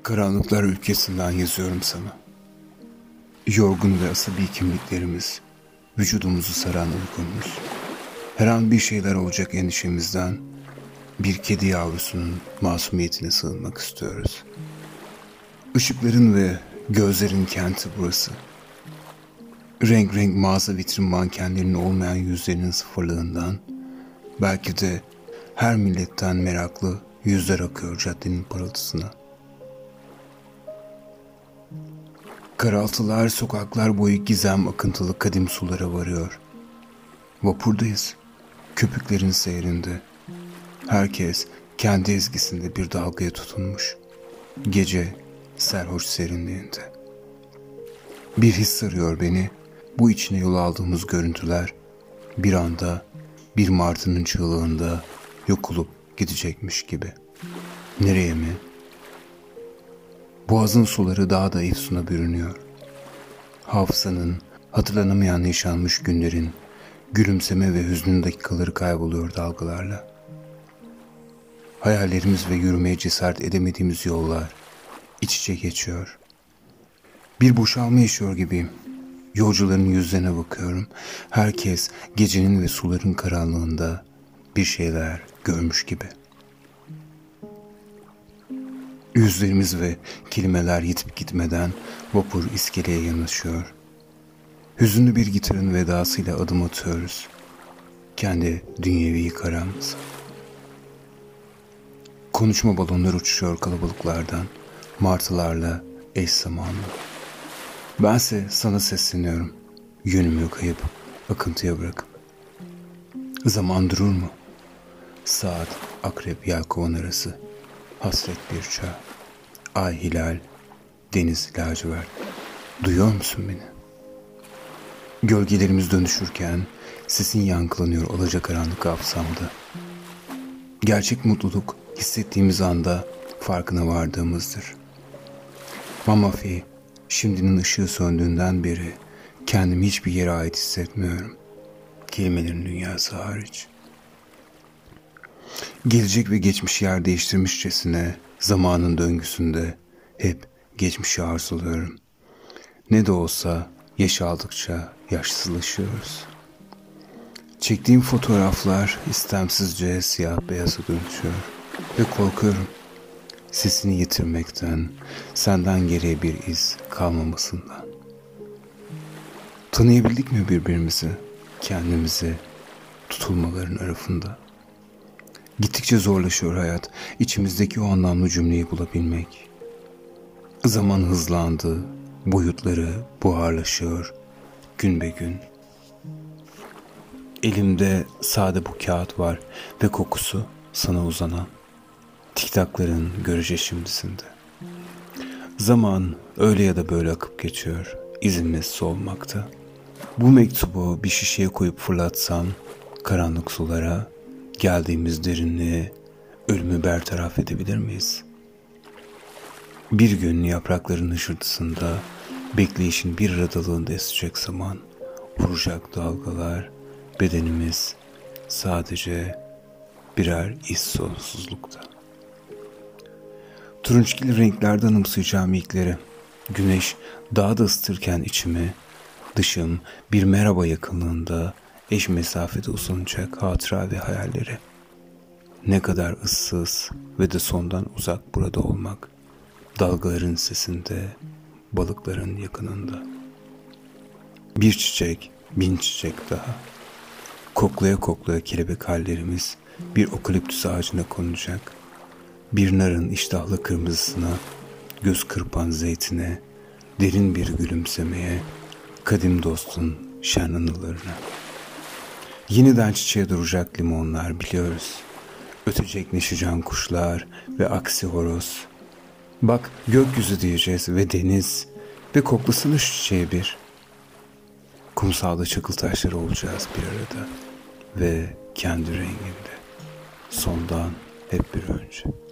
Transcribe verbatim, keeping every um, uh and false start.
Karanlıklar ülkesinden yazıyorum sana. Yorgun ve asabi kimliklerimiz, vücudumuzu saran uykumuz, her an bir şeyler olacak endişemizden bir kedi yavrusunun masumiyetine sığınmak istiyoruz. Işıkların ve gözlerin kenti burası. Renk renk mağaza vitrin mankenlerinin olmayan yüzlerinin sıfırlığından, belki de her milletten meraklı yüzler akıyor caddenin parıltısına. Karaltılar sokaklar boyu gizem akıntılı kadim sulara varıyor. Vapurdayız, köpüklerin seyrinde. Herkes kendi ezgisinde bir dalgaya tutunmuş. Gece serhoş serinliğinde. Bir his sarıyor beni, bu içine yol aldığımız görüntüler bir anda bir martının çığlığında yok olup gidecekmiş gibi. Nereye mi? Boğazın suları daha da efsuna bürünüyor. Hafızanın, hatırlanamayan yaşanmış günlerin, gülümseme ve hüznün dakikaları kayboluyor dalgalarla. Hayallerimiz ve yürümeye cesaret edemediğimiz yollar iç içe geçiyor. Bir boşalma yaşıyor gibiyim. Yolcuların yüzlerine bakıyorum. Herkes gecenin ve suların karanlığında bir şeyler görmüş gibi. Yüzlerimiz ve kelimeler yitip gitmeden vapur iskeleye yanaşıyor. Hüzünlü bir gitarın vedasıyla adım atıyoruz. Kendi dünyevi karamıza. Konuşma balonları uçuşuyor kalabalıklardan, martılarla eş zamanlı. Bense sana sesleniyorum, yönümü kayıp akıntıya bırakıp. Zaman durur mu? Saat, akrep, yelkovan arası. Hasret bir çağ, ay hilal, deniz lacivert. Duyuyor musun beni? Gölgelerimiz dönüşürken sesin yankılanıyor alacakaranlık hafızamda. Gerçek mutluluk hissettiğimiz anda farkına vardığımızdır. Mamafi, şimdinin ışığı söndüğünden beri kendimi hiçbir yere ait hissetmiyorum. Kelimelerin dünyası hariç. Gelecek ve geçmiş yer değiştirmişçesine zamanın döngüsünde hep geçmişi arzuluyorum. Ne de olsa yaş aldıkça yaşsızlaşıyoruz. Çektiğim fotoğraflar istemsizce siyah beyaza dönüşüyor ve korkuyorum sesini yitirmekten, senden geriye bir iz kalmamasından. Tanıyabildik mi birbirimizi, kendimizi tutulmaların arasında? Gittikçe zorlaşıyor hayat, içimizdeki o anlamlı cümleyi bulabilmek. Zaman hızlandı, boyutları buharlaşıyor gün be gün. Elimde sade bu kağıt var ve kokusu sana uzanan. Tiktakların görece şimdisinde. Zaman öyle ya da böyle akıp geçiyor, izimiz solmakta. Bu mektubu bir şişeye koyup fırlatsam karanlık sulara, geldiğimiz derinliğe ölümü bertaraf edebilir miyiz? Bir gün yaprakların hışırtısında, bekleyişin bir aradalığında esecek zaman, vuracak dalgalar, bedenimiz sadece birer iz sonsuzlukta. Turunçgil renklerde anımsayacağım ilkleri, güneş daha da ısıtırken içimi, dışım bir merhaba yakınlığında, eş mesafede uzanacak hatıra ve hayalleri. Ne kadar ıssız ve de sondan uzak burada olmak, dalgaların sesinde, balıkların yakınında. Bir çiçek, bin çiçek daha. Koklaya koklaya kelebek hallerimiz bir okaliptüs ağacına konacak. Bir narın iştahlı kırmızısına, göz kırpan zeytine, derin bir gülümsemeye, kadim dostun şen anılarına. Yeniden çiçeğe duracak limonlar biliyoruz. Ötecek neşecan kuşlar ve aksi horoz. Bak gökyüzü diyeceğiz ve deniz ve koklasana şu çiçeği bir. Kumsalda çakıl taşları olacağız bir arada ve kendi renginde. Sondan hep bir önce.